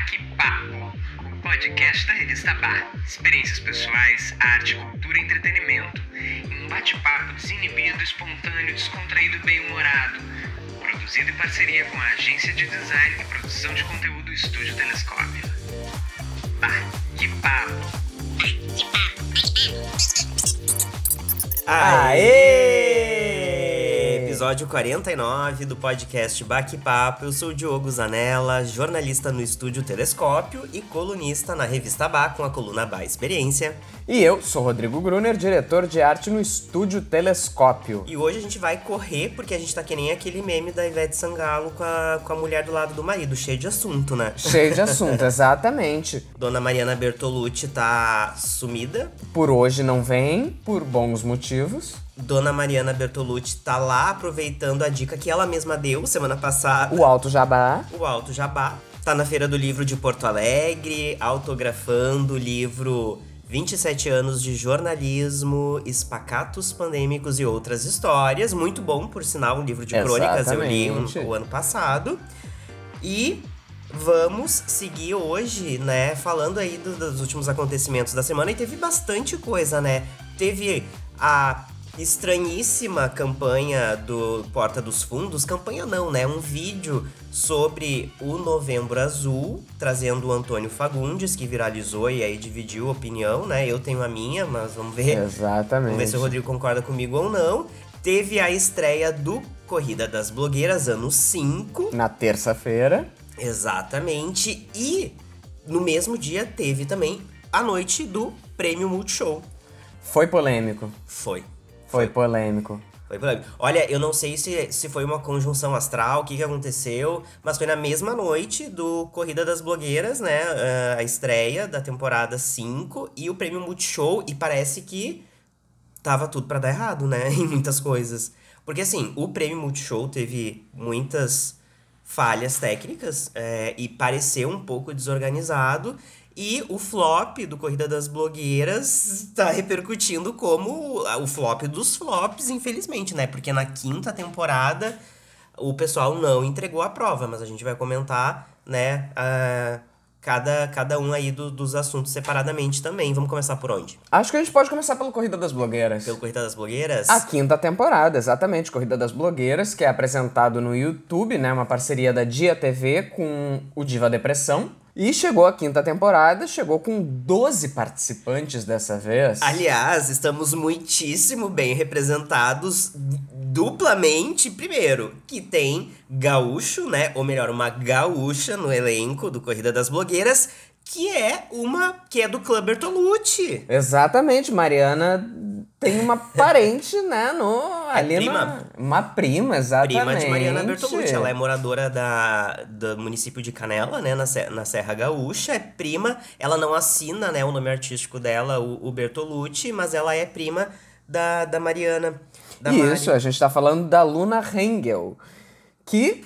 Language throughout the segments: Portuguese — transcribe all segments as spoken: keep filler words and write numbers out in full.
Bate-Papo, o podcast da revista Bá. Experiências pessoais, arte, cultura e entretenimento. Em um bate-papo desinibido, espontâneo, descontraído e bem-humorado. Produzido em parceria com a agência de design e produção de conteúdo Estúdio Telescópio. Bate-Papo. Aê! Episódio quarenta e nove do podcast Bate-Papo. Eu sou o Diogo Zanella, jornalista no Estúdio Telescópio e colunista na revista Bá com a coluna Bá Experiência. E eu sou Rodrigo Gruner, diretor de arte no Estúdio Telescópio. E hoje a gente vai correr porque a gente tá que nem aquele meme da Ivete Sangalo com a, com a mulher do lado do marido, cheio de assunto, né? Cheio de assunto, exatamente. Dona Mariana Bertolucci tá sumida. Por hoje não vem, por bons motivos. Dona Mariana Bertolucci tá lá aproveitando a dica que ela mesma deu semana passada. O Alto Jabá. O Alto Jabá. Tá na Feira do Livro de Porto Alegre, autografando o livro vinte e sete anos de jornalismo, espacatos pandêmicos e outras histórias. Muito bom, por sinal, um livro de crônicas. Exatamente. Eu li um, o ano passado. E vamos seguir hoje, né, falando aí do, dos últimos acontecimentos da semana. E teve bastante coisa, né? Teve a estranhíssima campanha do Porta dos Fundos, campanha não, né, um vídeo sobre o Novembro Azul, trazendo o Antônio Fagundes, que viralizou e aí dividiu a opinião, né, eu tenho a minha, mas vamos ver. Exatamente. Vamos ver se o Rodrigo concorda comigo ou não. Teve a estreia do Corrida das Blogueiras, ano cinco. Na terça-feira. Exatamente, e no mesmo dia teve também a noite do Prêmio Multishow. Foi polêmico. Foi. Foi polêmico. Foi polêmico. Olha, eu não sei se, se foi uma conjunção astral, o que, que aconteceu, mas foi na mesma noite do Corrida das Blogueiras, né? A estreia da temporada cinco e o Prêmio Multishow, e parece que tava tudo pra dar errado, né? Em muitas coisas. Porque, assim, o Prêmio Multishow teve muitas falhas técnicas é, e pareceu um pouco desorganizado. E o flop do Corrida das Blogueiras tá repercutindo como o flop dos flops, infelizmente, né? Porque na quinta temporada o pessoal não entregou a prova, mas a gente vai comentar, né, a, cada, cada um aí do, dos assuntos separadamente também. Vamos começar por onde? Acho que a gente pode começar pelo Corrida das Blogueiras. Pelo Corrida das Blogueiras? A quinta temporada, exatamente. Corrida das Blogueiras, que é apresentado no YouTube, né? Uma parceria da Dia T V com o Diva Depressão. E chegou a quinta temporada, chegou com doze participantes dessa vez. Aliás, estamos muitíssimo bem representados duplamente. Primeiro, que tem gaúcho, né? Ou melhor, uma gaúcha no elenco do Corrida das Blogueiras, que é uma que é do Clã Bertolucci. Exatamente, Mariana tem uma parente, né, no, ali é prima. Na, uma prima, exatamente. Prima de Mariana Bertolucci, ela é moradora da, do município de Canela, né, na, na Serra Gaúcha, é prima, ela não assina, né, o nome artístico dela, o, o Bertolucci, mas ela é prima da, da Mariana. Da Isso, Mari. A gente tá falando da Luna Hengel, que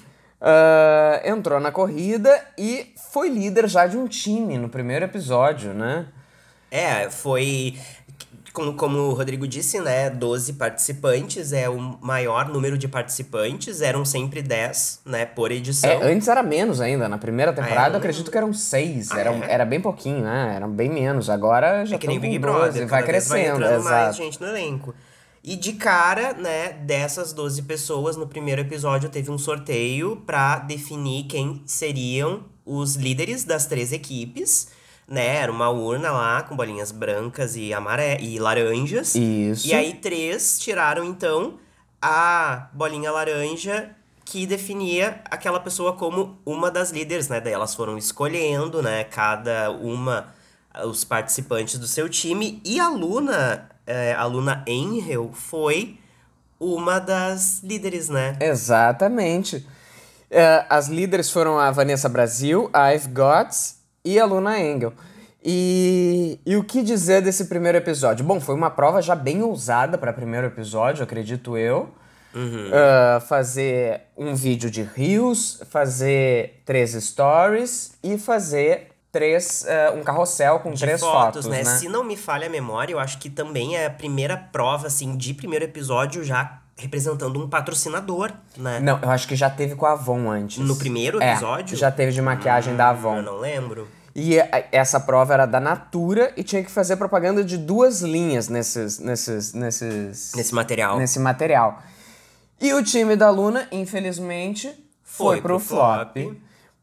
uh, entrou na corrida e foi líder já de um time no primeiro episódio, né? É, foi... Como, como o Rodrigo disse, né, doze participantes, é o maior número de participantes, eram sempre dez, né, por edição. É, antes era menos ainda, na primeira temporada ah, é? eu acredito que eram seis, ah, era, é? era bem pouquinho, né, era bem menos, agora já é que nem estão Big com doze, Brother, vai cada vez crescendo, vai entrando exato. mais gente no elenco. E de cara, né, dessas doze pessoas, no primeiro episódio teve um sorteio pra definir quem seriam os líderes das três equipes, né, era uma urna lá com bolinhas brancas e, amare... e laranjas. Isso. E aí três tiraram, então, a bolinha laranja que definia aquela pessoa como uma das líderes, né, daí elas foram escolhendo, né, cada uma, os participantes do seu time, e a Luna, é, a Luna Angel foi uma das líderes, né? Exatamente. É, as líderes foram a Vanessa Brasil, a I've Gots e a Luna Engel. E, e o que dizer desse primeiro episódio? Bom, foi uma prova já bem ousada para primeiro episódio, acredito eu. Uhum. Uh, fazer um vídeo de reels, fazer três stories e fazer três, uh, um carrossel com de três fotos, fotos, né? né? Se não me falha a memória, eu acho que também é a primeira prova, assim, de primeiro episódio já representando um patrocinador, né? Não, eu acho que já teve com a Avon antes. No primeiro É, episódio? já teve de maquiagem da Avon. Eu não lembro. E a- essa prova era da Natura e tinha que fazer propaganda de duas linhas nesses, nesses, nesses, Nesse material. nesse material. E o time da Luna, infelizmente, foi, Foi pro, pro flop. flop.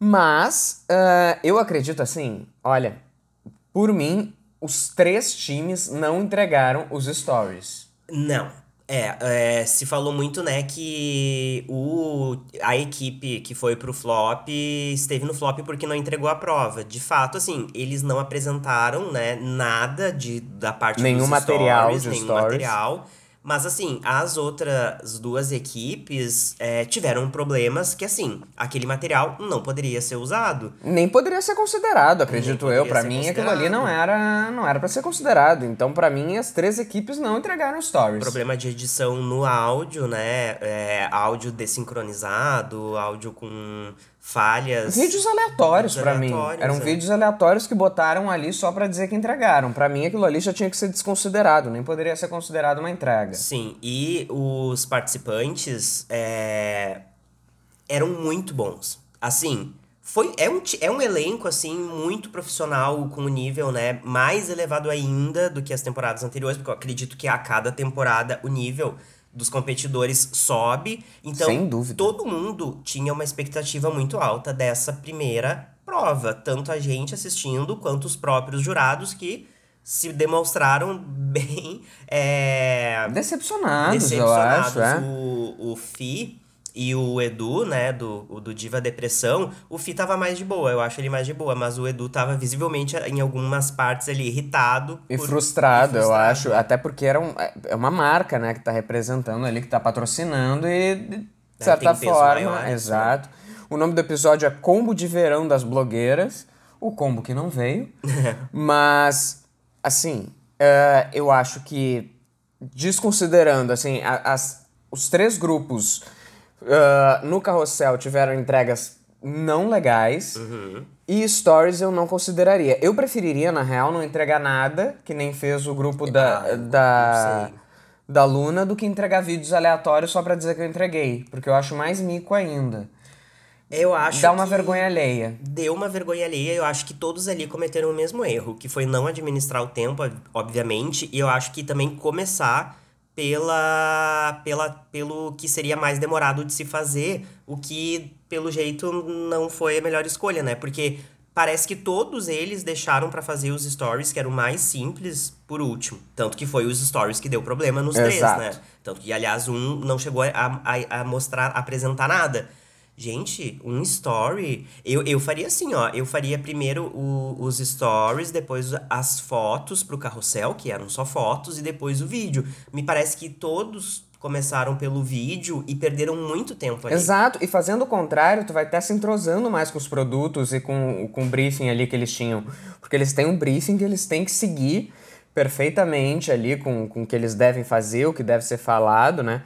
Mas ah, eu acredito assim, olha, por mim, os três times não entregaram os stories. Não. É, é, se falou muito, né, que o, a equipe que foi pro flop esteve no flop porque não entregou a prova. De fato, assim, eles não apresentaram, né, nada de, da parte Nenhum dos material stories, de nenhum stories. material. Mas, assim, as outras duas equipes é, tiveram problemas que, assim, aquele material não poderia ser usado. Nem poderia ser considerado, acredito poderia eu. Pra ser mim, aquilo ali não considerado. era, não era para ser considerado. Então, pra mim, as três equipes não entregaram stories. Problema de edição no áudio, né? É, áudio desincronizado, áudio com falhas. Vídeos aleatórios Vídeos pra mim. aleatórios, Eram é. vídeos aleatórios que botaram ali só pra dizer que entregaram. Pra mim, aquilo ali já tinha que ser desconsiderado, nem poderia ser considerado uma entrega. Sim, e os participantes é, eram muito bons. Assim, foi, é, um, ti- é um elenco, assim, muito profissional, com um nível, né, mais elevado ainda do que as temporadas anteriores, porque eu acredito que a cada temporada o nível dos competidores sobe. Então, Sem dúvida. todo mundo tinha uma expectativa muito alta dessa primeira prova. Tanto a gente assistindo, quanto os próprios jurados que se demonstraram bem é, Decepcionados, eu decepcionados. acho, é. O, o Fi e o Edu, né, do, o do Diva Depressão, o Fi tava mais de boa, eu acho ele mais de boa, mas o Edu tava visivelmente em algumas partes ali irritado. E por- frustrado, e eu frustrado. acho. Até porque era um, é uma marca, né, que tá representando ali, que tá patrocinando e, de É, certa tem peso forma, maior, isso, exato. O nome do episódio é Combo de Verão das Blogueiras. O combo que não veio. Mas, assim, é, eu acho que, desconsiderando, assim, a- as, os três grupos ah, no Carrossel tiveram entregas não legais. Uhum. E stories eu não consideraria. Eu preferiria, na real, não entregar nada, que nem fez o grupo da, Ah, eu da, não sei. da Luna, do que entregar vídeos aleatórios só pra dizer que eu entreguei. Porque eu acho mais mico ainda. Eu acho Dá uma que vergonha alheia. deu uma vergonha alheia. Eu acho que todos ali cometeram o mesmo erro, que foi não administrar o tempo, ob- obviamente, e eu acho que também começar pela, pela, pelo que seria mais demorado de se fazer, o que, pelo jeito, não foi a melhor escolha, né? Porque parece que todos eles deixaram pra fazer os stories, que eram mais simples, por último. Tanto que foi os stories que deu problema nos três, Exato. né? Tanto que, aliás, um não chegou a, a, a mostrar, a apresentar nada. Gente, um story. Eu, eu faria assim, ó. Eu faria primeiro o- os stories, depois as fotos pro carrossel, que eram só fotos, e depois o vídeo. Me parece que todos começaram pelo vídeo e perderam muito tempo ali. Exato, e fazendo o contrário, tu vai estar se entrosando mais com os produtos e com, com o briefing ali que eles tinham. Porque eles têm um briefing que eles têm que seguir perfeitamente ali com, com o que eles devem fazer, o que deve ser falado, né?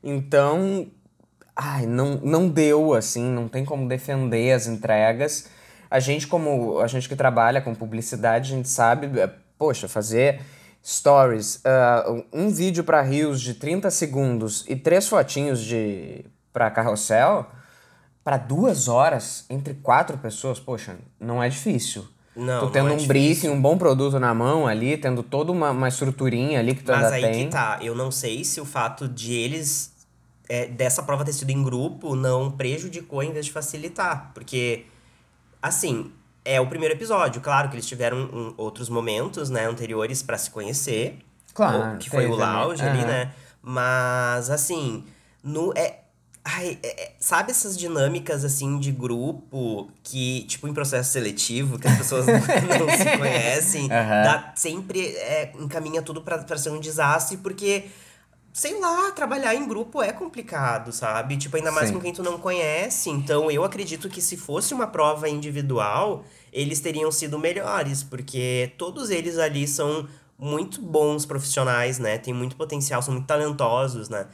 Então, ai, não, não deu, assim, não tem como defender as entregas. A gente, como a gente que trabalha com publicidade, a gente sabe, eh, poxa, fazer stories, ah, um vídeo para Reels de trinta segundos e três fotinhos de para carrossel, para duas horas entre quatro pessoas, poxa, não é difícil. Não, Tu não tendo é um difícil. briefing, um bom produto na mão ali, tendo toda uma, uma estruturinha ali que tu Mas ainda aí tem. que tá, eu não sei se o fato de eles, é, dessa prova ter sido em grupo, não prejudicou em vez de facilitar. Porque, assim, é o primeiro episódio. Claro que eles tiveram um- outros momentos, né, anteriores pra se conhecer. Claro, o- Que foi o teve ali. lounge ali, Aham. né? Mas, assim, no, é, ai, é- é- sabe essas dinâmicas, assim, de grupo que, tipo, em processo seletivo, que as pessoas não, não se conhecem, Aham. dá, sempre é, encaminha tudo pra, pra ser um desastre, porque, sei lá, trabalhar em grupo é complicado, sabe? Tipo, ainda mais Sim. com quem tu não conhece. Então, eu acredito que se fosse uma prova individual, eles teriam sido melhores, porque todos eles ali são muito bons profissionais, né? Tem muito potencial, são muito talentosos, né?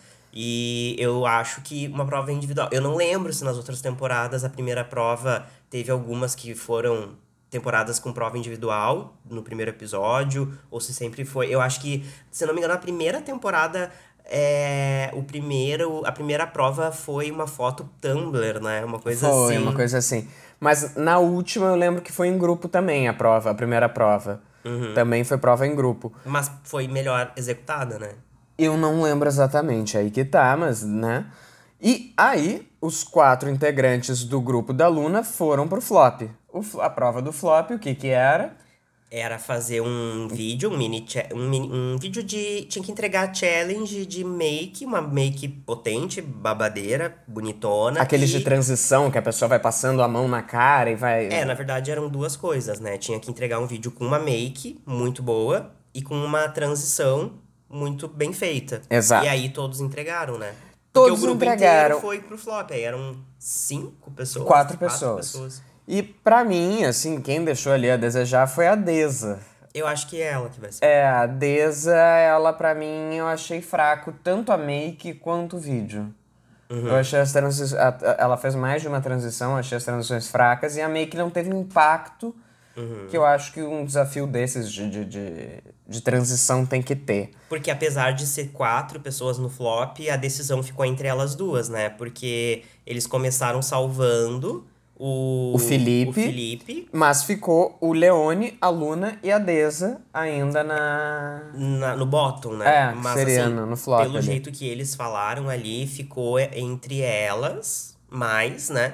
E eu acho que uma prova individual. Eu não lembro se nas outras temporadas a primeira prova teve algumas que foram temporadas com prova individual no primeiro episódio, ou se sempre foi. Eu acho que, se eu não me engano, a primeira temporada é, o primeiro, a primeira prova foi uma foto Tumblr, né? Uma coisa Foi, assim. uma coisa assim. Mas na última eu lembro que foi em grupo também a prova, a primeira prova. Também foi prova em grupo. Mas foi melhor executada, né? Eu não lembro exatamente, aí que tá, mas, né? E aí, os quatro integrantes do grupo da Luna foram pro flop. O, fl- a prova do flop, o que que era? Era fazer um vídeo, um mini, cha- um mini, um vídeo de, tinha que entregar challenge de make, uma make potente, babadeira, bonitona. Aqueles e, de transição, que a pessoa vai passando a mão na cara e vai... É, na verdade eram duas coisas, né? Tinha que entregar um vídeo com uma make muito boa e com uma transição muito bem feita. Exato. E aí todos entregaram, né? Todos Porque o grupo entregaram. inteiro foi pro flop, aí eram cinco pessoas. Quatro pessoas. E pra mim, assim, quem deixou ali a desejar foi a Deza. Eu acho que é ela que vai ser. É, a Deza, ela pra mim, eu achei fraco tanto a make quanto o vídeo. Eu achei as transições... Ela fez mais de uma transição, eu achei as transições fracas e a make não teve o impacto que eu acho que um desafio desses de, de, de, de transição tem que ter. Porque apesar de ser quatro pessoas no flop, a decisão ficou entre elas duas, né? Porque eles começaram salvando o... O Felipe. O Felipe Mas ficou o Leone, a Luna e a Deza ainda na... na- no bottom, né? É, seria no- no flop pelo ali. jeito que eles falaram ali, ficou entre elas, mais, né?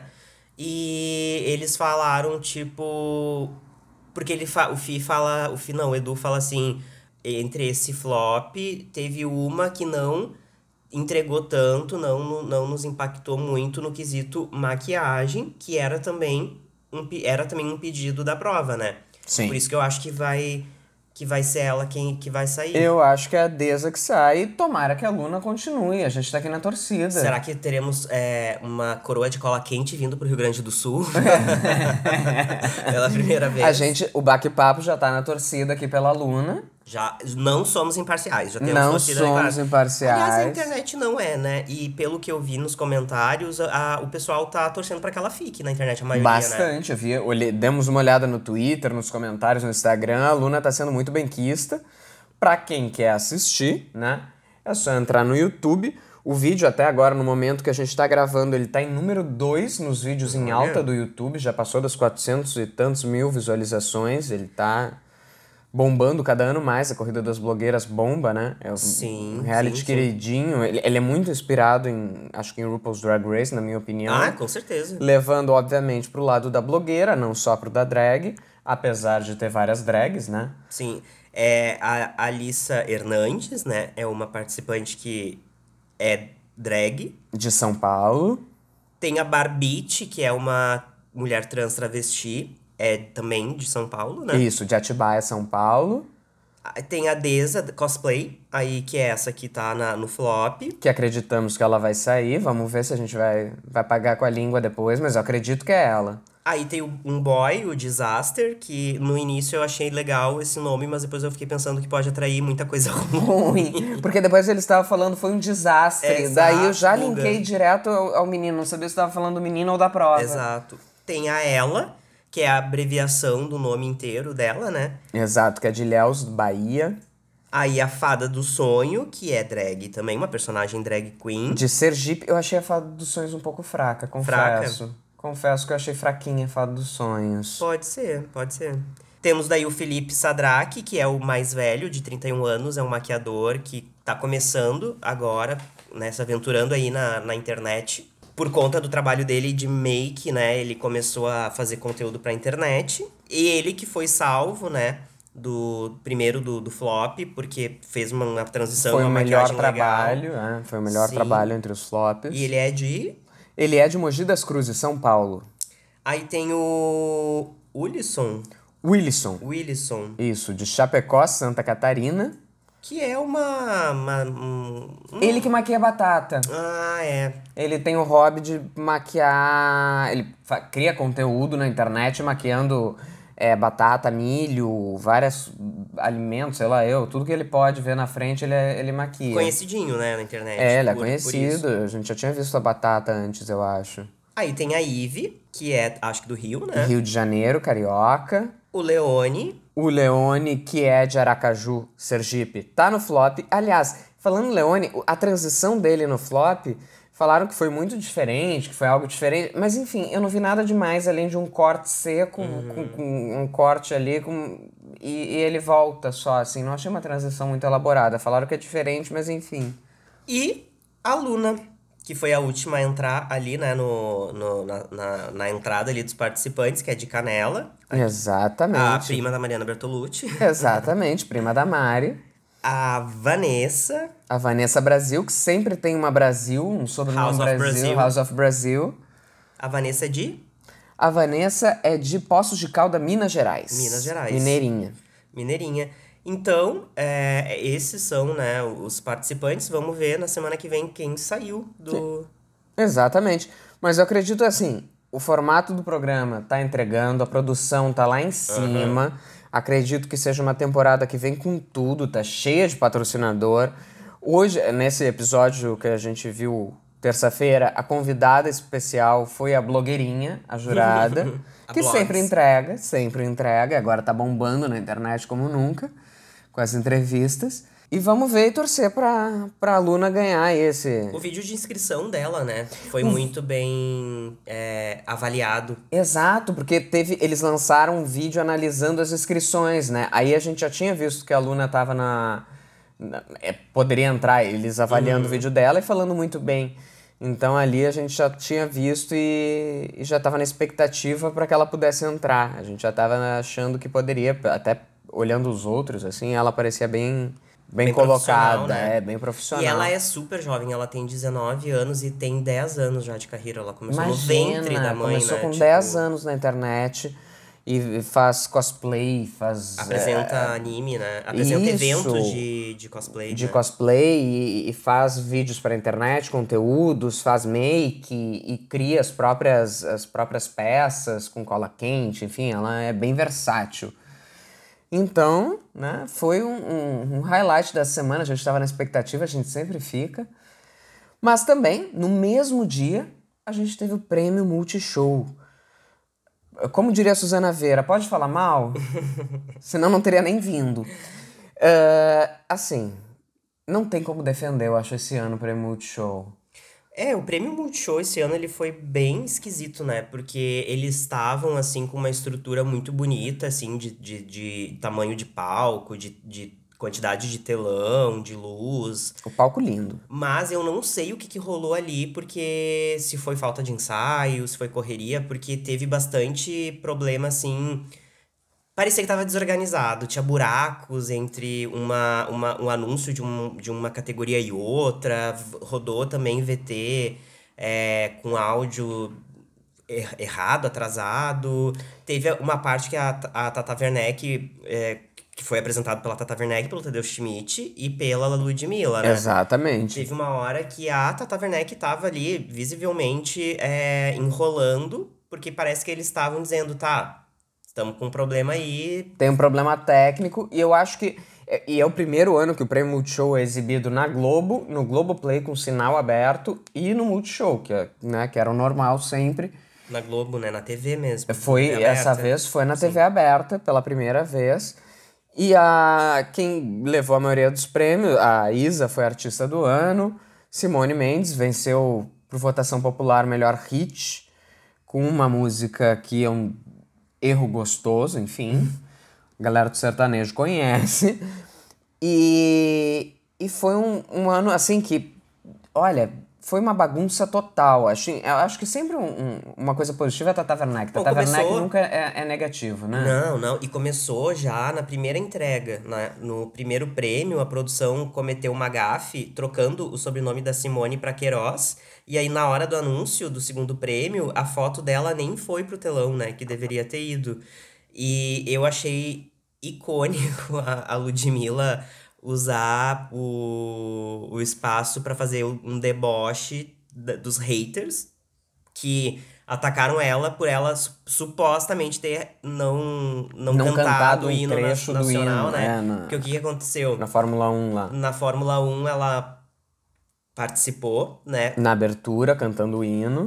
E eles falaram, tipo... Porque ele fa... o Fi fala... O Fi não, o Edu fala assim... Entre esse flop, teve uma que não entregou tanto, não, não nos impactou muito no quesito maquiagem, que era também um, pe- era também um pedido da prova, né? Sim. Por isso que eu acho que vai, que vai ser ela quem que vai sair. Eu acho que é a Deza que sai e tomara que a Luna continue. A gente tá aqui na torcida. Será que teremos é, uma coroa de cola quente vindo pro Rio Grande do Sul? Pela primeira vez. A gente, o Baque Papo já tá na torcida aqui pela Luna. Já não somos imparciais, já temos Não torcida somos declarada. imparciais. Aliás, a internet não é, né? E pelo que eu vi nos comentários, a- o pessoal tá torcendo pra que ela fique na internet, a maioria, né? Bastante, eu vi, olhei, demos uma olhada no Twitter, nos comentários, no Instagram, a Luna tá sendo muito benquista. Pra quem quer assistir, né, é só entrar no YouTube. O vídeo até agora, no momento que a gente tá gravando, ele tá em número dois nos vídeos em Olha. alta do YouTube, já passou das quatrocentos e tantos mil visualizações, ele tá bombando cada ano mais, a Corrida das Blogueiras bomba, né? É um Sim, reality sim, sim. queridinho, ele, ele é muito inspirado em, acho que em RuPaul's Drag Race, na minha opinião. Ah, com certeza. Levando, obviamente, pro lado da blogueira, não só pro da drag, apesar de ter várias drags, né? Sim. É, a Alissa Hernandes, né? É uma participante que é drag. De São Paulo. Tem a Barbite, que é uma mulher trans travesti. É também de São Paulo, né? Isso, de Atibaia, São Paulo. Ah, tem a Deza Cosplay, aí que é essa que tá na, no flop. Que acreditamos que ela vai sair. Vamos ver se a gente vai, vai pagar com a língua depois, mas eu acredito que é ela. Aí tem o- um boy, o Disaster, que no início eu achei legal esse nome, mas depois eu fiquei pensando que pode atrair muita coisa ruim. Ruim. Porque depois ele estava falando foi um desastre. Exato, Daí eu já buga. linkei direto ao, ao menino. Não sabia se estava falando do menino ou da prova. Exato. Tem a Ela, que é a abreviação do nome inteiro dela, né? Exato, que é de Ilhéus, Bahia. Aí a Fada do Sonho, que é drag também, uma personagem drag queen. De Sergipe, eu achei a Fada dos Sonhos um pouco fraca, confesso. Confesso que eu achei fraquinha a Fada dos Sonhos. Pode ser, pode ser. Temos daí o Felipe Sadraque, que é o mais velho, de trinta e um anos, é um maquiador que tá começando agora, né, se aventurando aí na, na internet. Por conta do trabalho dele de make, né, ele começou a fazer conteúdo pra internet. E ele que foi salvo, né, do primeiro do, do flop, porque fez uma, uma transição, Foi o uma melhor maquiagem legal. trabalho, é, foi o melhor Sim. trabalho entre os flops. E ele é de... Ele é de Mogi das Cruzes, São Paulo. Aí tem o Wilson, Wilson. Wilson, Isso, de Chapecó, Santa Catarina. que é uma... uma um- um- Ele que maquia batata. Ah, é. Ele tem o hobby de maquiar. Ele fa- cria conteúdo na internet maquiando é, batata, milho, vários alimentos, sei lá eu. Tudo que ele pode ver na frente, ele, é- ele maquia. Conhecidinho, né, na internet. É, ele é por- por isso. conhecido. A gente já tinha visto a batata antes, eu acho. Aí tem a Ive, que é, acho que do Rio, né? Rio de Janeiro, carioca. O Leone. O Leone, que é de Aracaju, Sergipe, tá no flop. Aliás, Falando em Leone, a transição dele no flop, falaram que foi muito diferente, que foi algo diferente, mas enfim, eu não vi nada demais além de um corte seco, Uhum. com, com um corte ali, com, e, e ele volta só, assim, não achei uma transição muito elaborada. Falaram que é diferente, mas enfim. E a Luna, que foi a última a entrar ali, né, no, no- na, na, na entrada ali dos participantes, que é de Canela, a Exatamente. prima da Mariana Bertolucci. Exatamente, prima da Mari. A Vanessa, A Vanessa Brasil, que sempre tem uma Brasil, um sobrenome House of Brasil, Brazil. House of Brasil. a Vanessa de A Vanessa é de Poços de Calda, Minas Gerais. Minas Gerais. Mineirinha. Mineirinha. Então, é, esses são, né, os participantes. Vamos ver na semana que vem quem saiu do... Exatamente. Mas eu acredito assim, o formato do programa tá entregando, a produção tá lá em cima. Acredito que seja uma temporada que vem com tudo, tá cheia de patrocinador. Hoje, nesse episódio que a gente viu terça-feira, a convidada especial foi a blogueirinha, a jurada, A que Blogs. sempre entrega, sempre entrega. Agora tá bombando na internet como nunca, com as entrevistas. E vamos ver e torcer pra, pra Luna ganhar esse... O vídeo de inscrição dela, né, foi muito bem é, avaliado. Exato, porque teve, eles lançaram um vídeo analisando as inscrições, né? Aí a gente já tinha visto que a Luna tava na... na- é, poderia entrar, eles avaliando o vídeo dela e falando muito bem. Então ali a gente já tinha visto e, e já tava na expectativa para que ela pudesse entrar. A gente já tava achando que poderia, até olhando os outros, assim, ela parecia bem, bem, Bem profissional, colocada, né? é, bem profissional. E ela é super jovem, ela tem dezenove anos e tem dez anos já de carreira. Ela começou no Imagina, ventre da mãe, começou né? com tipo, dez anos na internet e faz cosplay, faz Apresenta é, anime, né? Apresenta isso. eventos de, de cosplay, de né? cosplay e, e faz vídeos para internet, conteúdos, faz make e, e cria as próprias, as próprias peças com cola quente, enfim, ela é bem versátil. Então, né, foi um, um, um highlight da semana, a gente estava na expectativa, a gente sempre fica. Mas também, no mesmo dia, a gente teve o prêmio Multishow. Como diria a Suzana Veira, pode falar mal? Senão não teria nem vindo. É, assim, não tem como defender, eu acho, esse ano o prêmio Multishow. É, o prêmio Multishow esse ano ele foi bem esquisito, né? Porque eles estavam, assim, com uma estrutura muito bonita, assim, de, de, de tamanho de palco, de, de quantidade de telão, de luz. O palco lindo. Mas eu não sei o que, que rolou ali, porque se foi falta de ensaio, se foi correria, porque teve bastante problema, assim. Parecia que tava desorganizado, tinha buracos entre uma, uma, um anúncio de, um, de uma categoria e outra, v- rodou também V T é, com áudio er- errado, atrasado. Teve uma parte que a, a Tata Werneck, é, que foi apresentado pela Tata Werneck, pelo Tadeu Schmidt e pela Ludmilla, né? Exatamente. Teve uma hora que a Tata Werneck tava ali, visivelmente, é, enrolando, porque parece que eles estavam dizendo, tá, estamos com um problema aí. Tem um problema técnico e eu acho que... é- E é o primeiro ano que o prêmio Multishow é exibido na Globo, no Globoplay com sinal aberto e no Multishow, que, é, né, que era o normal sempre. Na Globo, né? Na T V mesmo. Foi, T V aberta. essa vez foi na T V aberta pela primeira vez. E a quem levou a maioria dos prêmios, a Isa foi a artista do ano, Simone Mendes venceu por votação popular melhor hit, com uma música que é um erro gostoso, enfim. A galera do sertanejo conhece. E, e foi um, um ano assim que, olha, foi uma bagunça total. Acho, eu acho que sempre um- um- uma coisa positiva é a Tata Werneck. Bom, Tata Werneck começou- nunca é, é negativo, né? Não, não. E começou já na primeira entrega. Na- no primeiro prêmio, a produção cometeu uma gafe, trocando o sobrenome da Simone pra Queiroz. E aí, na hora do anúncio do segundo prêmio, a foto dela nem foi pro telão, né? Que deveria ter ido. E eu achei icônico a, a Ludmilla usar o, o espaço pra fazer um deboche da- dos haters que atacaram ela por ela su- supostamente ter não, não, Não cantado, cantado o um hino na- trecho do nacional, hino, né? é, na- Porque o que que aconteceu? Na Fórmula um lá. Na Fórmula um ela participou, né? Na abertura, cantando o hino.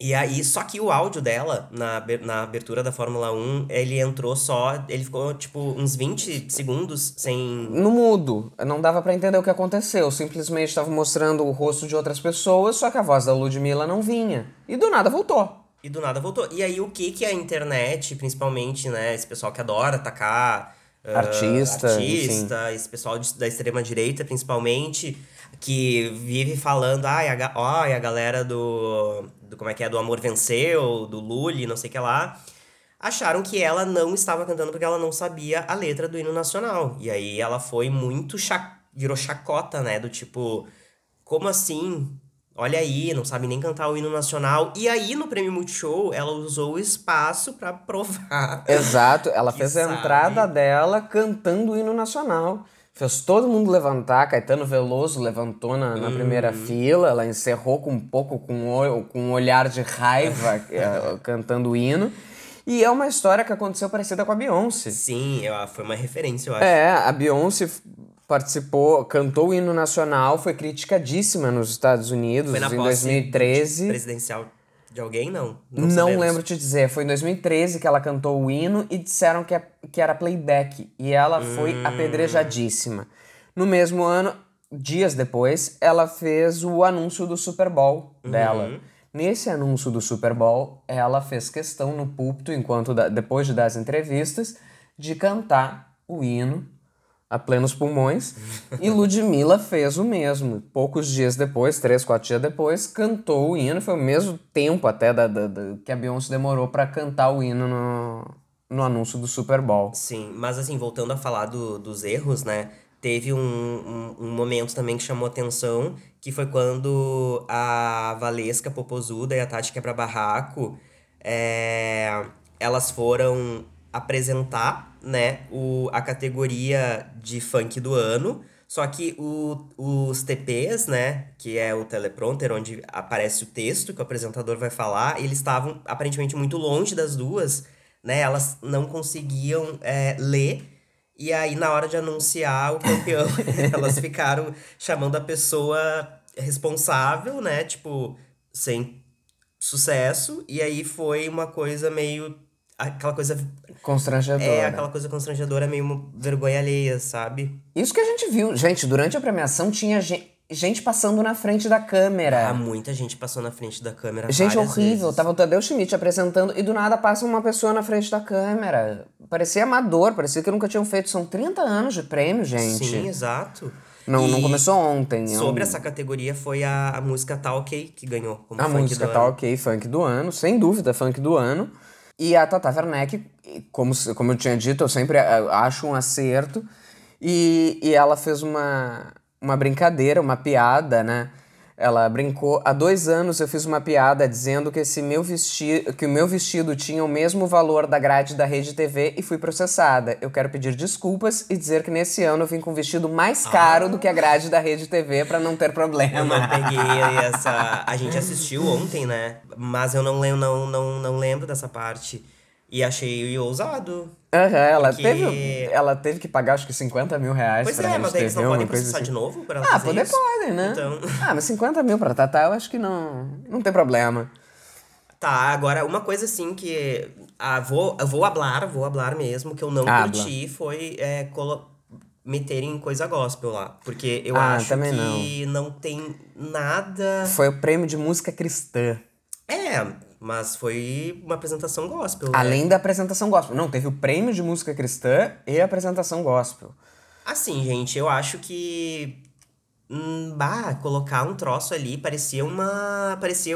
E aí, só que o áudio dela, na, aber- na abertura da Fórmula Um, ele entrou só. Ele ficou, tipo, uns vinte segundos sem. No mudo, não dava pra entender o que aconteceu. Simplesmente estava mostrando o rosto de outras pessoas, só que a voz da Ludmilla não vinha. E do nada voltou. E do nada voltou. E aí, o que que a internet, principalmente, né? Esse pessoal que adora atacar. ah, Artista, artista, esse pessoal de- da extrema-direita, principalmente, que vive falando, ai, a, ga- ai, a galera do, do. Como é que é? Do Amor Venceu, do Lully, não sei o que lá. Acharam que ela não estava cantando porque ela não sabia a letra do hino nacional. E aí ela foi muito. Cha... Virou chacota, né? Do tipo, como assim? Olha aí, não sabe nem cantar o hino nacional. E aí, no Prêmio Multishow, ela usou o espaço pra provar. Exato, ela Que fez a sabe. entrada dela cantando o hino nacional. Fez todo mundo levantar, Caetano Veloso levantou na, na primeira fila, ela encerrou com um pouco com, o, com um olhar de raiva eh, cantando o hino. E é uma história que aconteceu parecida com a Beyoncé. Sim, eu- foi uma referência, eu acho. É, a Beyoncé f- participou, cantou o hino nacional, foi criticadíssima nos Estados Unidos Foi na em posse dois mil e treze. presidencial de alguém, não? Não, sabemos. lembro te dizer, foi em dois mil e treze que ela cantou o hino e disseram que, é- que era playback. E ela foi Hum. apedrejadíssima. No mesmo ano, dias depois, ela fez o anúncio do Super Bowl Uhum. dela. Nesse anúncio do Super Bowl, ela fez questão no púlpito, enquanto da- depois de dar as entrevistas, de cantar o hino a plenos pulmões. E Ludmilla fez o mesmo. Poucos dias depois, três, quatro dias depois, cantou o hino. Foi o mesmo tempo até da, da- da- que a Beyoncé demorou pra cantar o hino no, no anúncio do Super Bowl. Sim, mas assim, voltando a falar do- dos erros, né? Teve um, um, um momento também que chamou atenção, que foi quando a Valesca Popozuda e a Tati Quebra-Barraco, é, elas foram apresentar, né, o, a categoria de funk do ano, só que o, os T Ps, né, que é o teleprompter, onde aparece o texto que o apresentador vai falar, eles estavam aparentemente muito longe das duas, né, elas não conseguiam é, ler. E aí, na hora de anunciar o campeão, elas ficaram chamando a pessoa responsável, né? Tipo, sem sucesso. E aí foi uma coisa meio. Aquela coisa. Constrangedora. É, aquela coisa constrangedora, meio uma vergonha alheia, sabe? Isso que a gente viu. Gente, durante a premiação tinha gen- gente passando na frente da câmera. Ah, muita gente passou na frente da câmera. Gente, várias horrível. vezes. Tava o Tadeu Schmidt apresentando e do nada passa uma pessoa na frente da câmera. Parecia amador, parecia que nunca tinham feito. São trinta anos de prêmio, gente. Sim, exato. Não, E não começou ontem. é Sobre um- essa categoria foi a, a música Tá Ok que ganhou como A funk música do tá ano. ok, funk do ano, sem dúvida, funk do ano. E a Tata Werneck, como, se- como eu tinha dito, eu sempre eh, acho um acerto. E, e ela fez uma, uma brincadeira, uma piada, né? Ela brincou. Há dois anos eu fiz uma piada dizendo que, esse meu vestido, que o meu vestido tinha o mesmo valor da grade da Rede T V e fui processada. Eu quero pedir desculpas e dizer que nesse ano eu vim com um vestido mais caro do que a grade da Rede T V pra não ter problema. Eu não peguei essa. A gente assistiu ontem, né? Mas eu não lembro, não, não, não lembro dessa parte. E achei ousado. Aham, ela, Porque- teve, ela teve que pagar acho que cinquenta mil reais Pois pra é, Rede mas daí eles T V, não podem uma coisa processar assim. de novo pra ela Ah, fazer poder isso? podem, né? Então. Ah, mas cinquenta mil pra Tatá eu acho que não, não tem problema. Tá, agora uma coisa assim que. Ah, vou, eu vou hablar, vou hablar mesmo, que eu não Habla. curti foi é, colo... meterem coisa gospel lá. Porque eu Ah, acho também que não tem nada. Foi o prêmio de música cristã. É, mas foi uma apresentação gospel, né? Além da apresentação gospel. Não, teve o prêmio de música cristã e a apresentação gospel. Assim, gente, eu acho que. Hum, bah, colocar um troço ali parecia uma. Parecia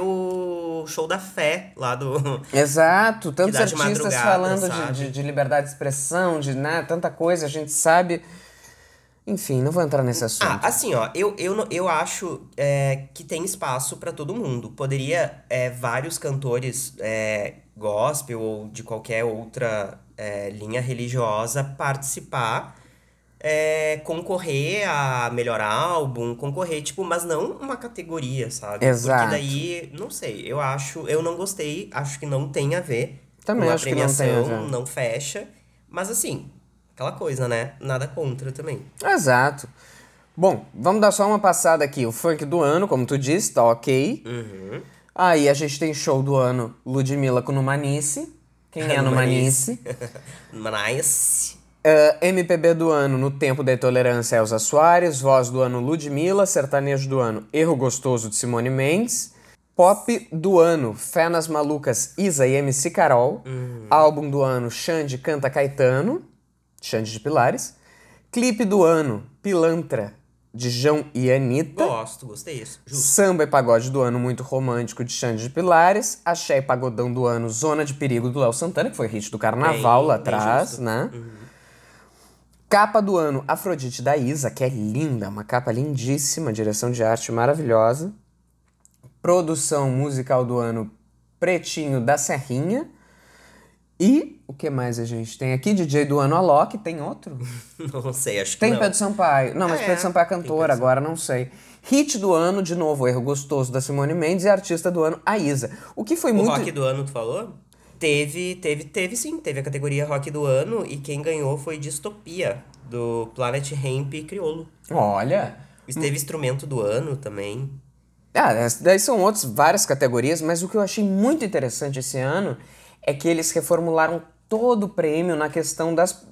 o show da fé lá do. Exato, tantos dá de artistas madrugada, falando sabe? de, de, de liberdade de expressão, de né, tanta coisa, a gente sabe. Enfim, não vou entrar nesse assunto. Ah, assim, ó, eu, eu, não- eu acho é, que tem espaço pra todo mundo. Poderia é, vários cantores é, gospel ou de qualquer outra é, linha religiosa participar, é, concorrer a melhor álbum, concorrer, tipo, mas não uma categoria, sabe? Exato. Porque daí, não sei, eu acho, eu não gostei, acho que não tem a ver Também com a acho que não tem a premiação, ver. não fecha, mas assim, aquela coisa, né? Nada contra também. Exato. Bom, vamos dar só uma passada aqui. O funk do ano, como tu disse, tá ok. Uhum. Aí a gente tem show do ano Ludmilla com Numanice. Quem é Numanice? Numanice. Uh, M P B do ano, No Tempo da Intolerância, Elza Soares. Voz do ano, Ludmilla. Sertanejo do ano, Erro Gostoso, de Simone Mendes. Pop do ano, Fé nas Malucas, Isa e M C Carol. Uhum. Álbum do ano, Xande canta Caetano, Xande de Pilares. Clipe do ano, Pilantra, de João e Anitta. Gosto, gostei disso. Justo. Samba e pagode do ano, Muito Romântico, de Xande de Pilares. Axé e pagodão do ano, Zona de Perigo, do Léo Santana, que foi hit do carnaval Bem- lá bem atrás, justo. né? Capa do ano, Afrodite, da Isa, que é linda, uma capa lindíssima, direção de arte maravilhosa. Produção musical do ano, Pretinho, da Serrinha. E o que mais a gente tem aqui? D J do ano, Alok. Tem outro? Não sei, acho que Tem não. Pedro Sampaio. Não, mas É, Pedro Sampaio é tem cantora, Pedro agora não sei. Hit do ano, de novo, Erro Gostoso, da Simone Mendes. E artista do ano, a Isa. O que foi O muito... rock do ano, tu falou? Teve, teve, teve sim. Teve a categoria rock do ano e quem ganhou foi Distopia, do Planet Hemp Criolo. Olha... Teve instrumento do ano também. Ah, essa- daí são outras várias categorias, mas o que eu achei muito interessante esse ano é que eles reformularam todo o prêmio na questão das,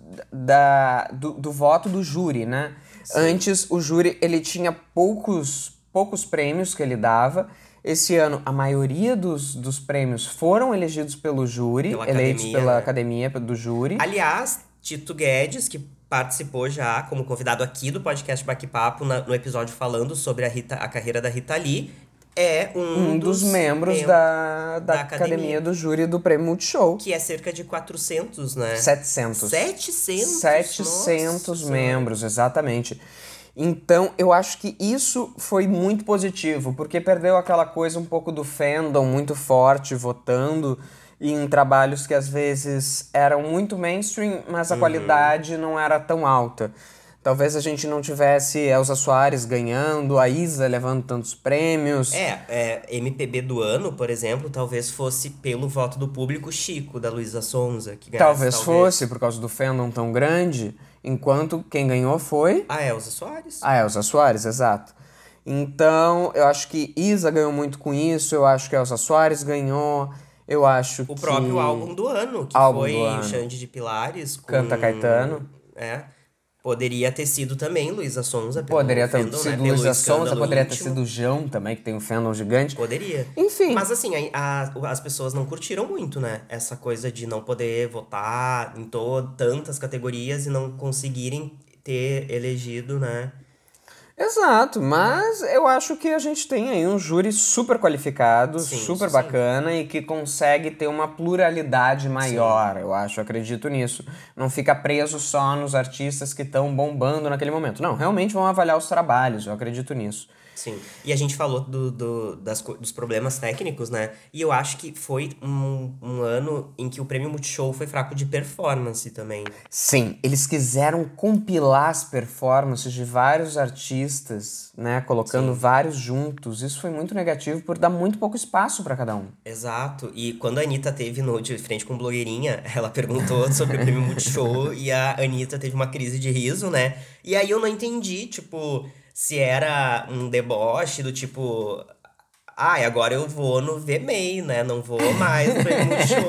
da, do, do voto do júri, né? Antes, o júri ele tinha poucos, poucos prêmios que ele dava. Esse ano, a maioria dos, dos prêmios foram elegidos pelo júri, Pela eleitos academia, pela né? academia do júri. Aliás, Tito Guedes, que participou já como convidado aqui do podcast Bate-Papo na- no episódio falando sobre a, Rita, a carreira da Rita Lee, é um, Um dos, membros mem- da, da, da academia. academia. do júri do Prêmio Multishow. que é cerca de quatrocentos, né? setecentos. setecentos? setecentos Nossa membros, exatamente. Então, eu acho que isso foi muito positivo, porque perdeu aquela coisa um pouco do fandom muito forte votando em trabalhos que às vezes eram muito mainstream, mas a qualidade não era tão alta. Talvez a gente não tivesse Elza Soares ganhando, a Isa levando tantos prêmios. É, é, M P B do ano, por exemplo, talvez fosse pelo voto do público Chico, da Luísa Sonza, que ganhasse, Talvez fosse, por causa do fandom tão grande, enquanto quem ganhou foi A Elza Soares. a Elza Soares, exato. Então, eu acho que Isa ganhou muito com isso, eu acho que a Elza Soares ganhou, eu acho O que... próprio álbum do ano, que Álbum foi do ano. Xande de Pilares. Com, Canta Caetano. É. Poderia ter sido também Luísa Sonza. pelo Poderia ter fandom, sido né? Pelo Luísa Sonza, escândalo poderia ter íntimo. sido o João também, que tem um fandom gigante. Poderia. Enfim. Mas assim, a, a- as pessoas não curtiram muito, né? Essa coisa de não poder votar em to tantas categorias e não conseguirem ter elegido, né? Exato, mas eu acho que a gente tem aí um júri super qualificado, Sim, super isso sim. bacana e que consegue ter uma pluralidade maior, eu acho, eu acredito nisso. Não fica preso só nos artistas que estão bombando naquele momento. Não, realmente vão avaliar os trabalhos, eu acredito nisso. Sim. E a gente falou do, do- das, co- dos problemas técnicos, né? E eu acho que foi um, um ano em que o Prêmio Multishow foi fraco de performance também. Sim, eles quiseram compilar as performances de vários artistas, né, colocando vários juntos. Isso foi muito negativo por dar muito pouco espaço para cada um. Exato. E quando a Anitta teve no De Frente com Blogueirinha, ela perguntou sobre o Prêmio Multishow e a Anitta teve uma crise de riso, né? E aí eu não entendi, tipo, se era um deboche do tipo... Ah, agora eu vou no V M A, né? Não vou mais no Prêmio Multishow.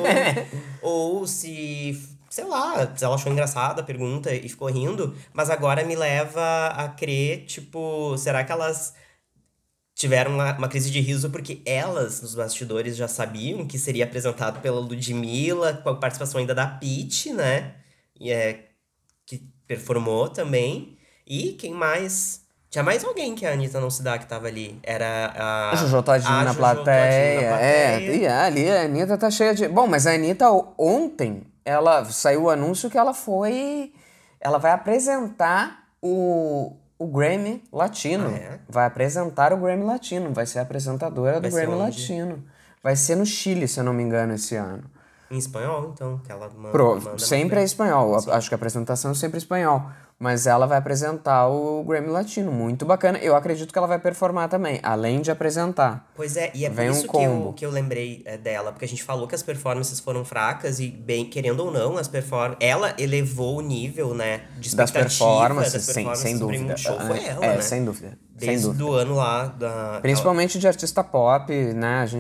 Ou se... Sei lá, se ela achou engraçada a pergunta e ficou rindo. Mas agora me leva a crer, tipo... Será que elas... tiveram uma, uma crise de riso porque elas, nos bastidores, já sabiam que seria apresentado pela Ludmilla, com a participação ainda da Pitty, né? E é, que performou também. E quem mais? Tinha mais alguém que a Anitta não se dá que tava ali. Era a... A Jojo Todinho a na Jojo plateia. Todinho na É, plateia. e ali a Anitta tá cheia de. Bom, mas a Anitta o- ontem, ela saiu o anúncio que ela foi. Ela vai apresentar o, o Grammy Latino. Ah, é? Vai apresentar o Grammy Latino. Vai ser apresentadora do Vai ser Grammy onde? Latino. Vai ser no Chile, se eu não me engano, esse ano. Em espanhol, então, que ela manda, Pro, manda sempre é bem. espanhol, a- acho que a apresentação é sempre espanhol. Mas ela vai apresentar o Grammy Latino, muito bacana. Eu acredito que ela vai performar também, além de apresentar. Pois é, e é por Vem um isso que, combo. eu, que eu lembrei é, dela, porque a gente falou que as performances foram fracas e, bem, querendo ou não, as perform ela elevou o nível, né, de Das expectativa performances, das sim, performances sem do Prêmio dúvida. Multishow foi ela, é, né? sem dúvida. Sem Desde dúvida. o ano lá da... Principalmente de artista pop, né? A gente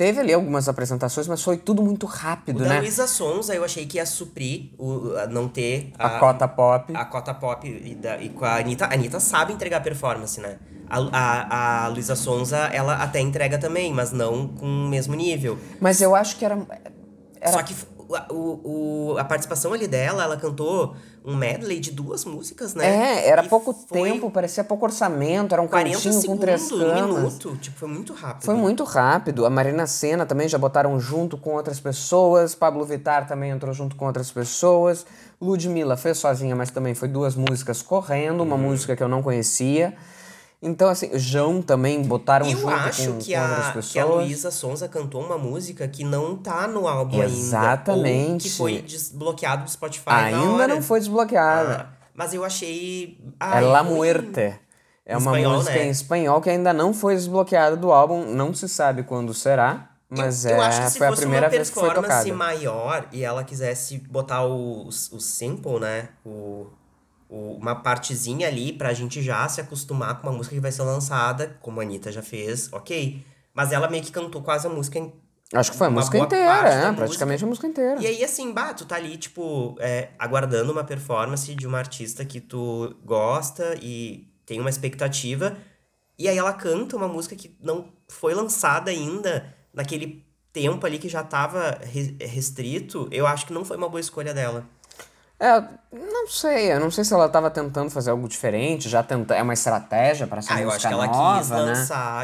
teve ali algumas apresentações, mas foi tudo muito O rápido, da né? Luísa Sonza eu achei que ia suprir o, a não ter A cota pop. a cota pop e, da- e com a Anitta. A Anitta sabe entregar performance, né? A, a, a Luísa Sonza, ela até entrega também, mas não com o mesmo nível. Mas eu acho que era... era... Só que o, o, o- a participação ali dela, ela cantou um medley de duas músicas, né? É, era E pouco foi tempo, parecia pouco orçamento, era um quarenta cantinho com três segundos, um camas. minuto. Tipo, foi muito rápido. Foi muito rápido. A Marina Sena também já botaram junto com outras pessoas. Pablo Vittar também entrou junto com outras pessoas. Ludmilla fez sozinha, mas também foi duas músicas correndo, uma música que eu não conhecia. Então, assim, João também botaram E eu junto acho com, que com outras a, pessoas. que a Luísa Sonza cantou uma música que não tá no álbum ainda. Ou Exatamente. que foi desbloqueado do Spotify na Ainda hora. não foi desbloqueada. Ah, mas eu achei... É Ai, La ruim. Muerte. É Em uma espanhol, música né? em espanhol que ainda não foi desbloqueada do álbum. Não se sabe quando será, mas eu, eu é, acho que se foi a fosse primeira uma vez que foi performance tocada. maior e ela quisesse botar o, o sample, né? O, o- uma partezinha ali pra gente já se acostumar com uma música que vai ser lançada, como a Anitta já fez, ok. Mas ela meio que cantou quase a música em Acho que foi a uma música boa inteira, parte é, da praticamente música. a música inteira. E aí, assim, bah, tu tá ali, tipo, é, aguardando uma performance de uma artista que tu gosta e tem uma expectativa. E aí ela canta uma música que não foi lançada ainda naquele tempo ali que já tava re- restrito. Eu acho que não foi uma boa escolha dela. É, não sei, eu não sei se ela tava tentando fazer algo diferente, já tenta, é uma estratégia para essa Ah, eu acho música que ela quis nova, né? lançar,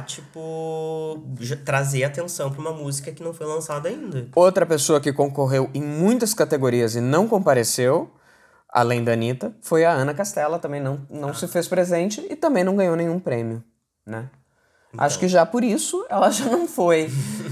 tipo, já- trazer atenção pra uma música que não foi lançada ainda. Outra pessoa que concorreu em muitas categorias e não compareceu, além da Anitta, foi a Ana Castela, também não, não se fez presente e também não ganhou nenhum prêmio, né? Acho que já por isso ela já não foi.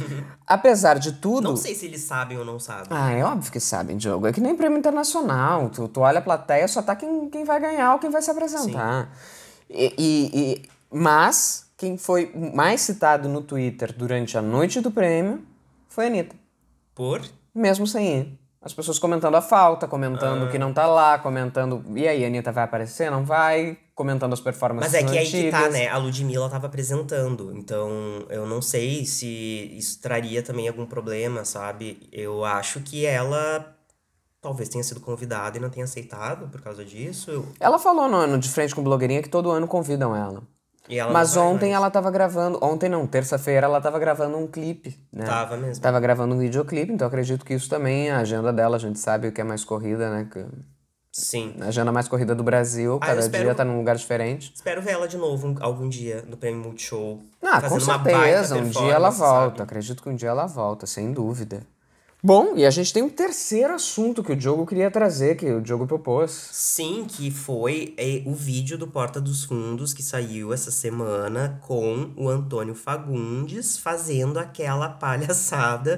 Apesar de tudo... Não sei se eles sabem ou não sabem. Ah, é óbvio que sabem, Diogo. É que nem prêmio internacional. Tu, tu olha a plateia, só tá quem, quem vai ganhar ou quem vai se apresentar. E, e- e- mas, quem foi mais citado no Twitter durante a noite do prêmio foi a Anitta. Por? Mesmo sem ir. As pessoas comentando a falta, comentando que não tá lá, comentando... E aí, a Anitta vai aparecer? Não vai? Comentando as performances Mas é que aí que tá, antigas. né? A Ludmilla tava apresentando, então eu não sei se isso traria também algum problema, sabe? Eu acho que ela talvez tenha sido convidada e não tenha aceitado por causa disso. Eu- Ela falou no, no De Frente com Blogueirinha que todo ano convidam ela. E ela Mas não vai ontem mais. ela tava gravando... Ontem não, terça-feira ela tava gravando um clipe, né? Tava mesmo. Tava gravando um videoclipe, então acredito que isso também, a agenda dela, a gente sabe o que é mais corrida, né? Que Sim. a agenda mais corrida do Brasil, Ah, eu cada espero- dia tá num lugar diferente. Espero ver ela de novo um- algum dia no Prêmio Multishow. Ah, com fazendo uma baita certeza, um dia ela performance, volta. sabe? Acredito que um dia ela volta, sem dúvida. Bom, e a gente tem um terceiro assunto que o Diogo queria trazer, que o Diogo propôs. Sim, que foi é, o vídeo do Porta dos Fundos que saiu essa semana com o Antônio Fagundes fazendo aquela palhaçada,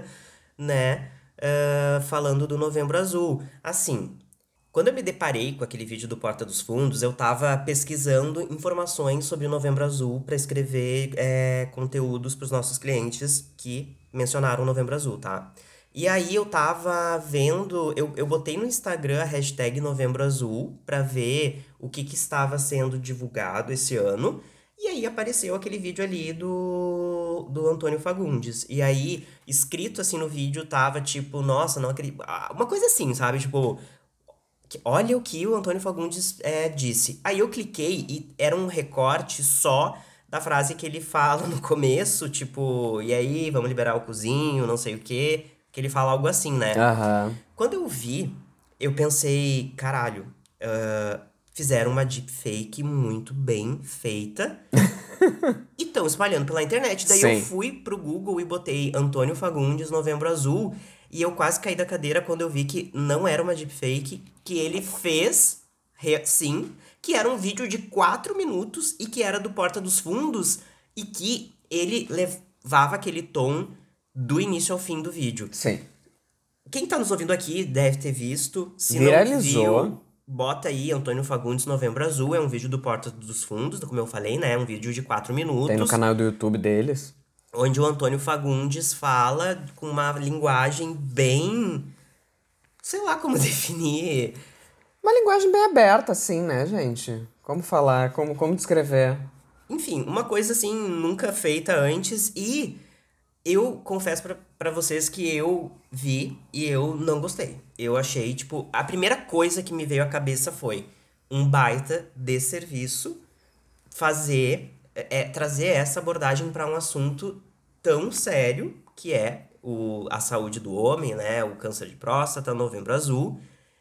né? ah, falando do Novembro Azul. Assim, quando eu me deparei com aquele vídeo do Porta dos Fundos, eu tava pesquisando informações sobre o Novembro Azul para escrever é, conteúdos para os nossos clientes que mencionaram o Novembro Azul, tá? E aí eu tava vendo, eu, eu botei no Instagram a hashtag Novembro Azul pra ver o que que estava sendo divulgado esse ano. E aí apareceu aquele vídeo ali do, do Antônio Fagundes. E aí, escrito assim no vídeo, tava tipo, nossa, não acredito. Ah, uma coisa assim, sabe? Tipo, que- olha o que o Antônio Fagundes é, disse. Aí eu cliquei e era um recorte só da frase que ele fala no começo, tipo, e aí, vamos liberar o cozinho, não sei o quê. Que ele fala algo assim, né? Aham. Quando eu vi, eu pensei, caralho, ah, fizeram uma deepfake muito bem feita e estão espalhando pela internet. Daí Sim. eu fui pro Google e botei Antônio Fagundes Novembro Azul e eu quase caí da cadeira quando eu vi que não era uma deepfake, que ele fez, re- sim, que era um vídeo de quatro minutos e que era do Porta dos Fundos e que ele levava aquele tom do início ao fim do vídeo. Sim. Quem tá nos ouvindo aqui deve ter visto. Se Viralizou. não viu, bota aí Antônio Fagundes Novembro Azul. É um vídeo do Porta dos Fundos, como eu falei, né? É um vídeo de quatro minutos. Tem no canal do YouTube deles. Onde o Antônio Fagundes fala com uma linguagem bem... Sei lá como definir. Uma linguagem bem aberta, assim, né, gente? Como falar, como, como descrever. Enfim, uma coisa assim, nunca feita antes. E Eu confesso pra, pra vocês que eu vi e eu não gostei. Eu achei, tipo, a primeira coisa que me veio à cabeça foi um baita desserviço fazer, é, é, trazer essa abordagem para um assunto tão sério que é o, a saúde do homem, né? O câncer de próstata, Novembro Azul.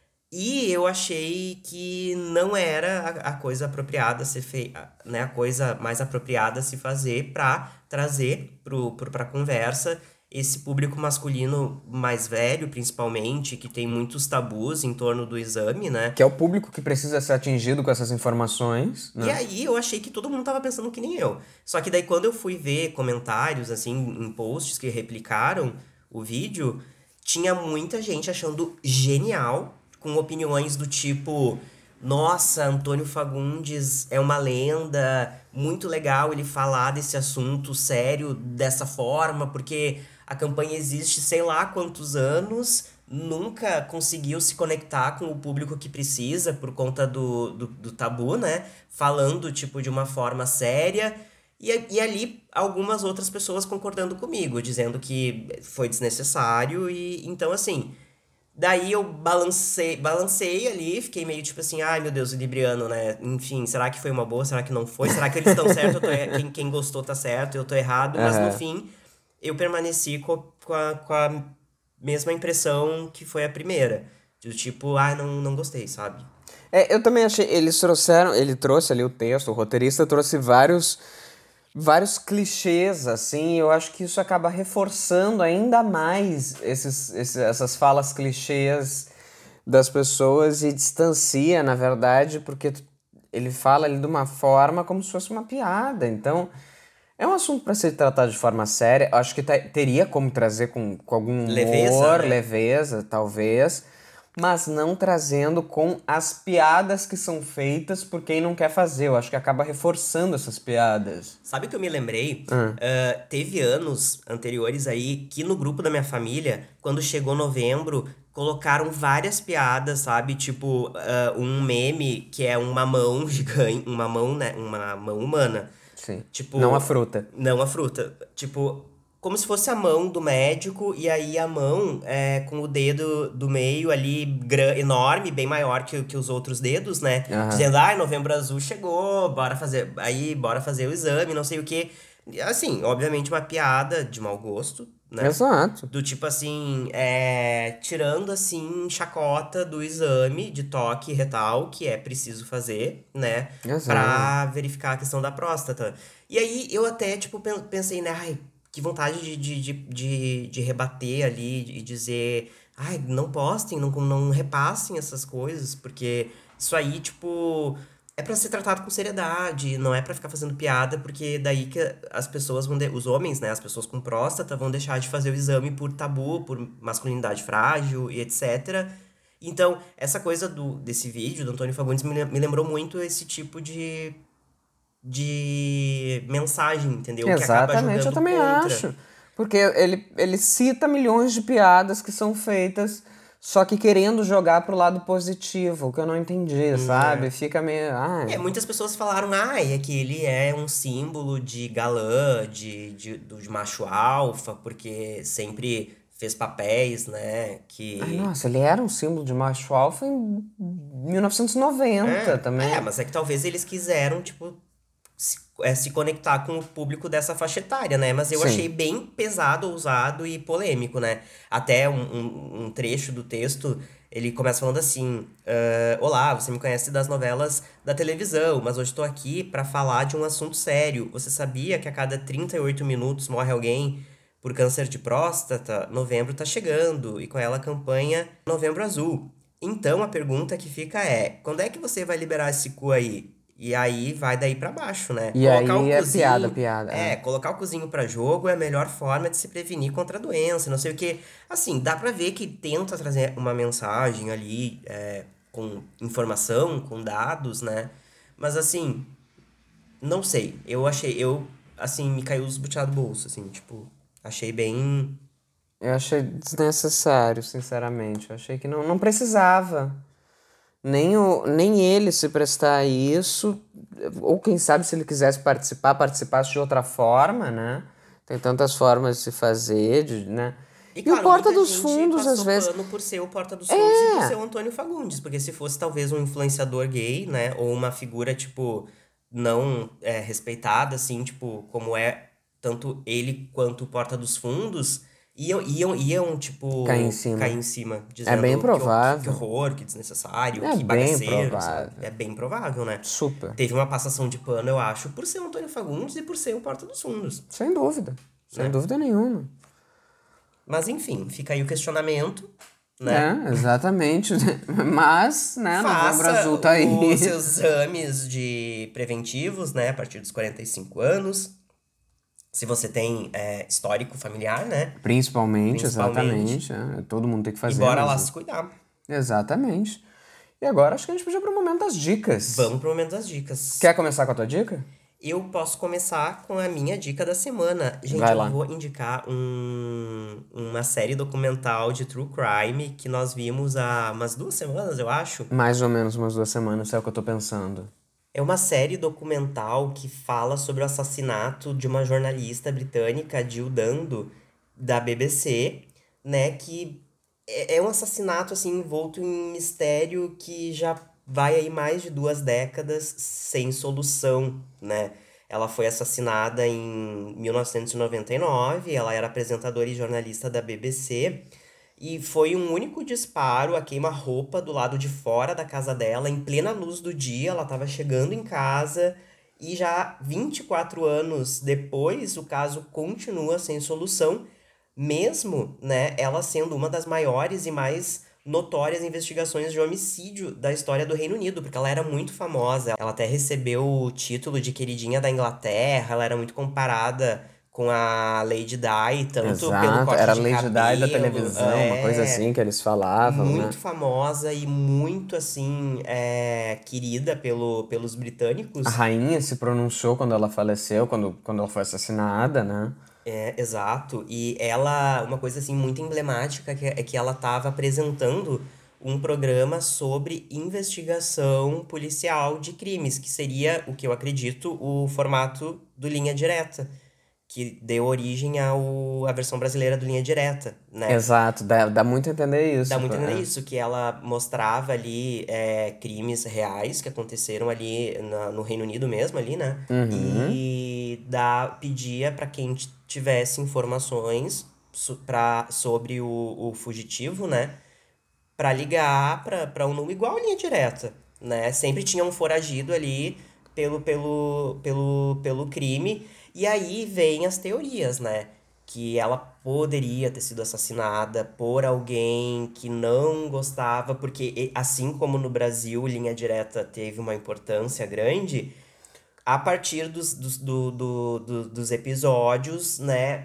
E eu achei que não era a, a coisa apropriada a ser feita, né? A coisa mais apropriada a se fazer para trazer pro, pro, pra conversa esse público masculino mais velho, principalmente, que tem muitos tabus em torno do exame, né? Que é o público que precisa ser atingido com essas informações, E né? aí eu achei que todo mundo tava pensando que nem eu. Só que daí quando eu fui ver comentários, assim, em posts que replicaram o vídeo, tinha muita gente achando genial, com opiniões do tipo: nossa, Antônio Fagundes é uma lenda, muito legal ele falar desse assunto sério dessa forma, porque a campanha existe sei lá quantos anos, nunca conseguiu se conectar com o público que precisa por conta do, do, do tabu, né? Falando, tipo, de uma forma séria. E, e ali algumas outras pessoas concordando comigo, dizendo que foi desnecessário e então assim. Daí eu balancei, balancei ali, fiquei meio tipo assim, ai meu Deus, o Libriano, né? Enfim, será que foi uma boa? Será que não foi? Será que eles estão certos? Eu tô er- quem, quem gostou tá certo, eu tô errado. Mas no Aham. fim, eu permaneci co- com a, com a mesma impressão que foi a primeira. Do tipo, ah, não, não gostei, sabe? É, eu também achei. Eles trouxeram. Ele trouxe ali o texto, o roteirista trouxe vários. Vários clichês, assim, e eu acho que isso acaba reforçando ainda mais esses, esses, essas falas clichês das pessoas e distancia, na verdade, porque tu- ele fala ali de uma forma como se fosse uma piada. Então, é um assunto para ser tratado de forma séria. Eu acho que te- teria como trazer com, com algum Leveza, humor, né? leveza, talvez, mas não trazendo com as piadas que são feitas por quem não quer fazer. Eu acho que acaba reforçando essas piadas. Sabe o que eu me lembrei? Ah, Ah, teve anos anteriores aí que no grupo da minha família, quando chegou novembro, colocaram várias piadas, sabe? Tipo, ah, um meme que é uma mão gigante, uma mão, né? Uma mão humana. sim. Não a Tipo, fruta. não a fruta. Tipo, como se fosse a mão do médico, e aí a mão é com o dedo do meio ali gra- enorme, bem maior que, o- que os outros dedos, né? Aham. Dizendo, ai, Novembro Azul chegou, bora fazer. Aí, bora fazer o exame, não sei o quê. E, assim, obviamente uma piada de mau gosto, né? Exato. Do tipo assim, é, tirando assim, chacota do exame de toque retal que é preciso fazer, né? Exato. Pra verificar a questão da próstata. E aí eu até, tipo, pen- pensei, né? Ai, que vontade de, de, de, de, de rebater ali e dizer, ai, não postem, não, não repassem essas coisas, porque isso aí, tipo, é pra ser tratado com seriedade, não é pra ficar fazendo piada, porque daí que as pessoas vão, de- os homens, né, as pessoas com próstata vão deixar de fazer o exame por tabu, por masculinidade frágil e etcétera. Então, essa coisa do, desse vídeo do Antônio Fagundes me, lem- me lembrou muito esse tipo de, de mensagem, entendeu? Que acaba Exatamente, eu jogando também contra. acho. Porque ele, ele cita milhões de piadas que são feitas, só que querendo jogar pro lado positivo, o que eu não entendi, Hum, sabe? é. Fica meio. É, Ai. muitas pessoas falaram, ah, é que ele é um símbolo de galã, de, de, do de macho alfa, porque sempre fez papéis, né, Ai, que... nossa, ele era um símbolo de macho alfa em mil novecentos e noventa É, é, também. mas é que talvez eles quiseram, tipo, se, é, se conectar com o público dessa faixa etária, né? Mas eu achei Sim. bem pesado, ousado e polêmico, né? Até um, um, um trecho do texto, ele começa falando assim: ah, olá, você me conhece das novelas da televisão, mas hoje estou aqui para falar de um assunto sério. Você sabia que a cada trinta e oito minutos morre alguém por câncer de próstata? Novembro tá chegando e com ela a campanha Novembro Azul. Então a pergunta que fica é: quando é que você vai liberar esse cu aí? E aí vai daí pra baixo, né? E Colocar o aí é piada, cozinho, piada. é, colocar o cozinho pra jogo é a melhor forma de se prevenir contra a doença, não sei o quê. Assim, dá pra ver que tenta trazer uma mensagem ali, é, com informação, com dados, né? Mas assim, não sei. Eu achei, eu, assim, me caiu os butiá do bolso, assim, tipo, achei bem. Eu achei desnecessário, sinceramente. Eu achei que não, não precisava. Nem, o, nem ele se prestar a isso, ou quem sabe se ele quisesse participar, participasse de outra forma, né? Tem tantas formas de se fazer, de, né? E, E, claro, o Porta muita dos gente Fundos, passou às vezes. pano por ser o Porta dos Fundos e por É, ser o Antônio Fagundes. Porque se fosse talvez um influenciador gay, né? Ou uma figura, tipo, não é, respeitada, assim, tipo, como é tanto ele quanto o Porta dos Fundos, iam, iam, iam cair em tipo, cair cima. em cima, É bem dizendo que, hor- que, que provável. horror, que desnecessário, É que bem bagaceiro, sabe? provável. É bem provável, né? Super. Teve uma passação de pano, eu acho, por ser o Antônio Fagundes e por ser o Porta dos Fundos, Sem dúvida. Sem né? dúvida nenhuma. Mas enfim, fica aí o questionamento, né? É, exatamente. Mas, né, Novembro Faça Azul tá os aí. seus exames de preventivos, né, a partir dos quarenta e cinco anos. Se você tem é, histórico familiar, né? Principalmente, Principalmente. exatamente. É, todo mundo tem que E fazer, bora lá mas. se cuidar. Exatamente. E agora acho que a gente podia ir pro momento das dicas. Vamos pro momento das dicas. Quer começar com a tua dica? Eu posso começar com a minha dica da semana. Gente, Vai eu lá. vou indicar um, uma série documental de True Crime que nós vimos há umas duas semanas, eu acho. Mais ou menos umas duas semanas, é o que eu tô pensando. É uma série documental que fala sobre o assassinato de uma jornalista britânica, Jill Dando, da B B C, né? Que é é um assassinato, assim, envolto em mistério que já vai aí mais de duas décadas sem solução, né? Ela foi assassinada em mil novecentos e noventa e nove, ela era apresentadora e jornalista da B B C, e foi um único disparo a queima-roupa do lado de fora da casa dela, em plena luz do dia. Ela estava chegando em casa e já vinte e quatro anos depois, o caso continua sem solução, mesmo, né, ela sendo uma das maiores e mais notórias investigações de homicídio da história do Reino Unido, porque ela era muito famosa. Ela até recebeu o título de queridinha da Inglaterra, ela era muito comparada com a Lady Di, tanto pelo Exato, corte era de Lady Di da cabelo, televisão, uma coisa é assim que eles falavam, né? muito famosa e muito assim é, querida pelo, pelos A britânicos. rainha se pronunciou quando ela faleceu, quando, quando ela foi assassinada, né? É, exato. E ela, uma coisa assim muito emblemática que é é que ela estava apresentando um programa sobre investigação policial de crimes, que seria o que eu acredito o formato do Linha Direta, que deu origem ao, à versão brasileira do Linha Direta, né? Exato, dá, dá muito a entender Dá isso. muito a entender É. isso, que ela mostrava ali é, crimes reais que aconteceram ali na- no Reino Unido mesmo, ali, né? Uhum. E dá, pedia para quem t- tivesse informações so, pra, sobre o, o fugitivo, né? Pra ligar pra, pra um número igual a linha direta, né? Sempre tinha um foragido ali pelo, pelo, pelo, pelo crime. E aí vem as teorias, né? Que ela poderia ter sido assassinada por alguém que não gostava, porque e- assim como no Brasil, linha direta teve uma importância grande, a partir dos, dos, do, do, do- dos episódios, né?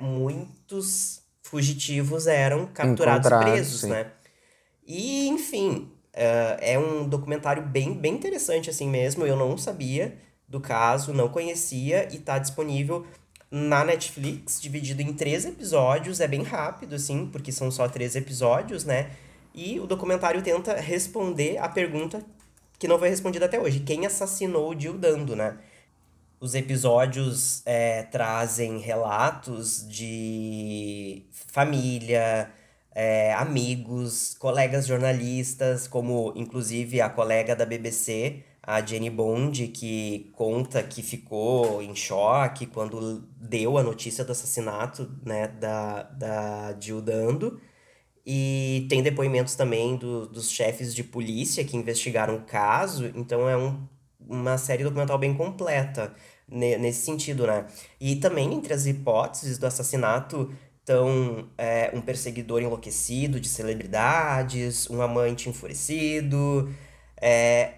Muitos fugitivos eram capturados e Encontrado, presos, sim. né? E, enfim, eh, é um documentário bem, bem interessante assim mesmo. Eu não sabia do caso, não conhecia e tá disponível na Netflix, dividido em três episódios. É bem rápido, assim, porque são só três episódios, né? E o documentário tenta responder a pergunta que não foi respondida até hoje: quem assassinou o Dildando, né? Os episódios é, trazem relatos de família, é, amigos, colegas jornalistas, como inclusive a colega da B B C, a Jenny Bond, que conta que ficou em choque quando deu a notícia do assassinato, né, da, da Jill Dando. E tem depoimentos também do- dos chefes de polícia que investigaram o caso, então é um, uma série documental bem completa ne- nesse sentido, né? E também entre as hipóteses do assassinato estão é, um perseguidor enlouquecido de celebridades, um amante enfurecido, é,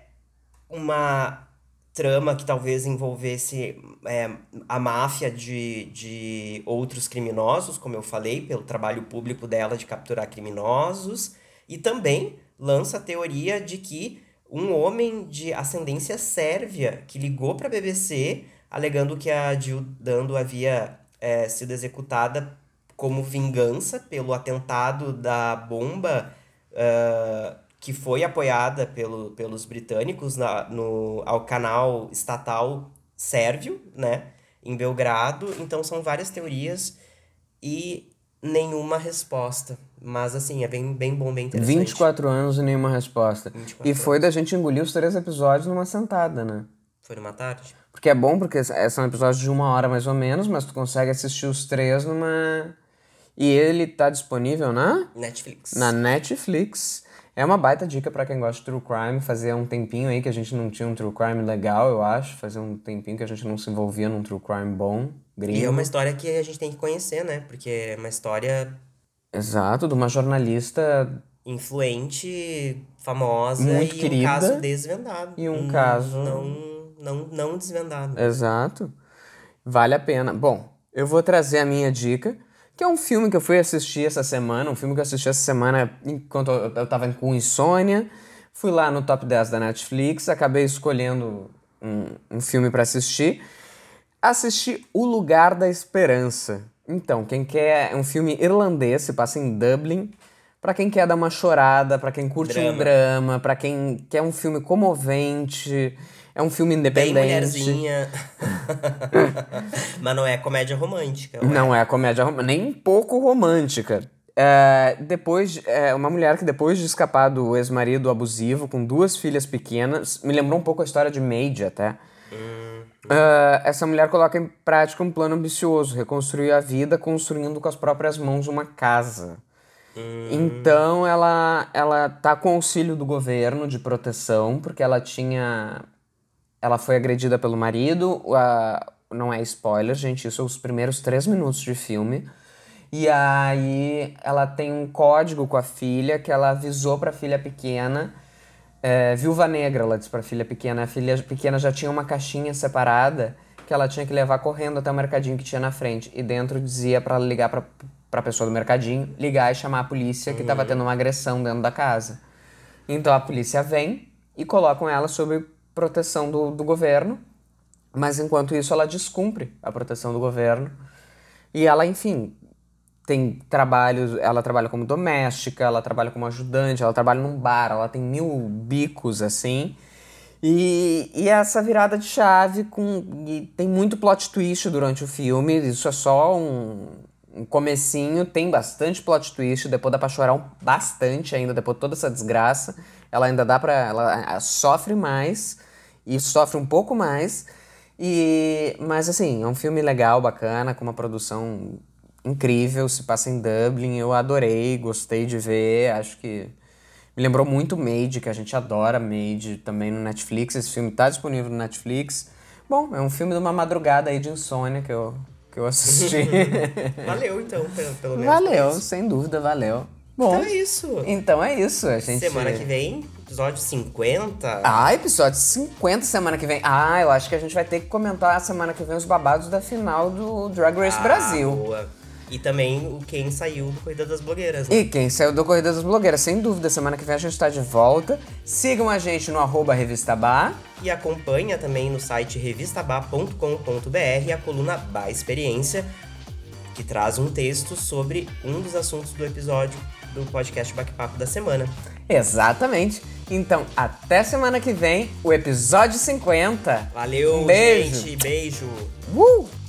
uma trama que talvez envolvesse é, a máfia de, de outros criminosos, como eu falei, pelo trabalho público dela de capturar criminosos, e também lança a teoria de que um homem de ascendência sérvia que ligou para a B B C alegando que a Jill Dando havia é, sido executada como vingança pelo atentado da bomba ah, que foi apoiada pelo, pelos britânicos na, no, ao canal estatal sérvio, né? em Belgrado. Então são várias teorias e nenhuma resposta. Mas assim, é bem, bem bom, bem interessante. vinte e quatro anos e nenhuma resposta. vinte e quatro E foi anos. da gente engolir os três episódios numa sentada, né? Foi numa tarde? Porque é bom, porque são episódios de uma hora mais ou menos, mas tu consegue assistir os três numa... E ele tá disponível na? Netflix. Na Netflix. É uma baita dica pra quem gosta de True Crime. Fazia um tempinho aí que a gente não tinha um True Crime legal, eu acho. Fazia um tempinho que a gente não se envolvia num True Crime bom, gringo. E é uma história que a gente tem que conhecer, né? Porque é uma história Exato, de uma jornalista influente, famosa Muito e querida. um caso desvendado. E um Hum, caso- Não, não, não desvendado. Exato. Vale a pena. Bom, eu vou trazer a minha dica, que é um filme que eu fui assistir essa semana, um filme que eu assisti essa semana enquanto eu, eu tava com insônia. Fui lá no top dez da Netflix, acabei escolhendo um, um filme pra assistir. Assisti O Lugar da Esperança. Então, quem quer... É um filme irlandês, se passa em Dublin. Pra quem quer dar uma chorada, pra quem curte um Drama. drama, pra quem quer um filme comovente. É um filme Bem independente. mulherzinha. Mas não é comédia romântica. ué. Não é comédia rom- nem um pouco romântica. É, depois, é uma mulher que depois de escapar do ex-marido abusivo, com duas filhas pequenas, me lembrou um pouco a história de Maid até. É, essa mulher coloca em prática um plano ambicioso, reconstruir a vida construindo com as próprias mãos uma casa. Então ela, ela tá com auxílio do governo de proteção, porque ela tinha... Ela foi agredida pelo marido, a- não é spoiler, gente, isso é os primeiros três minutos de filme. E aí ela tem um código com a filha que ela avisou pra filha pequena, é, viúva negra, ela disse pra filha pequena. A filha pequena já tinha uma caixinha separada que ela tinha que levar correndo até o mercadinho que tinha na frente. E dentro dizia pra ela ligar pra, pra pessoa do mercadinho, ligar e chamar a polícia que tava tendo uma agressão dentro da casa. Então a polícia vem e colocam ela sob proteção do, do governo, mas enquanto isso ela descumpre a proteção do governo. E ela, enfim, tem trabalhos, ela trabalha como doméstica, ela trabalha como ajudante, ela trabalha num bar, ela tem mil bicos, assim. E, e essa virada de chave com... E tem muito plot twist durante o filme, isso é só um, um comecinho, tem bastante plot twist, depois dá pra chorar um, bastante ainda, depois de toda essa desgraça. Ela ainda dá pra... Ela, ela sofre mais e sofre um pouco mais. E, mas assim, é um filme legal, bacana, com uma produção incrível, se passa em Dublin, eu adorei, gostei de ver, acho que me lembrou muito Maid, que a gente adora Maid também no Netflix, esse filme tá disponível no Netflix. Bom, é um filme de uma madrugada aí de insônia que eu, que eu assisti. Valeu, então, pelo, pelo menos. Valeu, por isso. sem dúvida, valeu. Bom, Então é isso. então é isso, a gente... Semana que vem, episódio cinquenta. Ah, episódio cinquenta semana que vem. Ah, eu acho que a gente vai ter que comentar semana que vem os babados da final do Drag Race Ah, Brasil. boa. E também o quem saiu do Corrida das Blogueiras, né? E quem saiu do Corrida das Blogueiras, sem dúvida, semana que vem a gente tá de volta. Sigam a gente no arroba Revista Bar. E acompanha também no site revistabá ponto com ponto br a coluna Bar Experiência, que traz um texto sobre um dos assuntos do episódio do podcast Bate-Papo da semana. Exatamente. Então, até semana que vem, o episódio cinquenta. Valeu, Um beijo. gente. Beijo. Uh!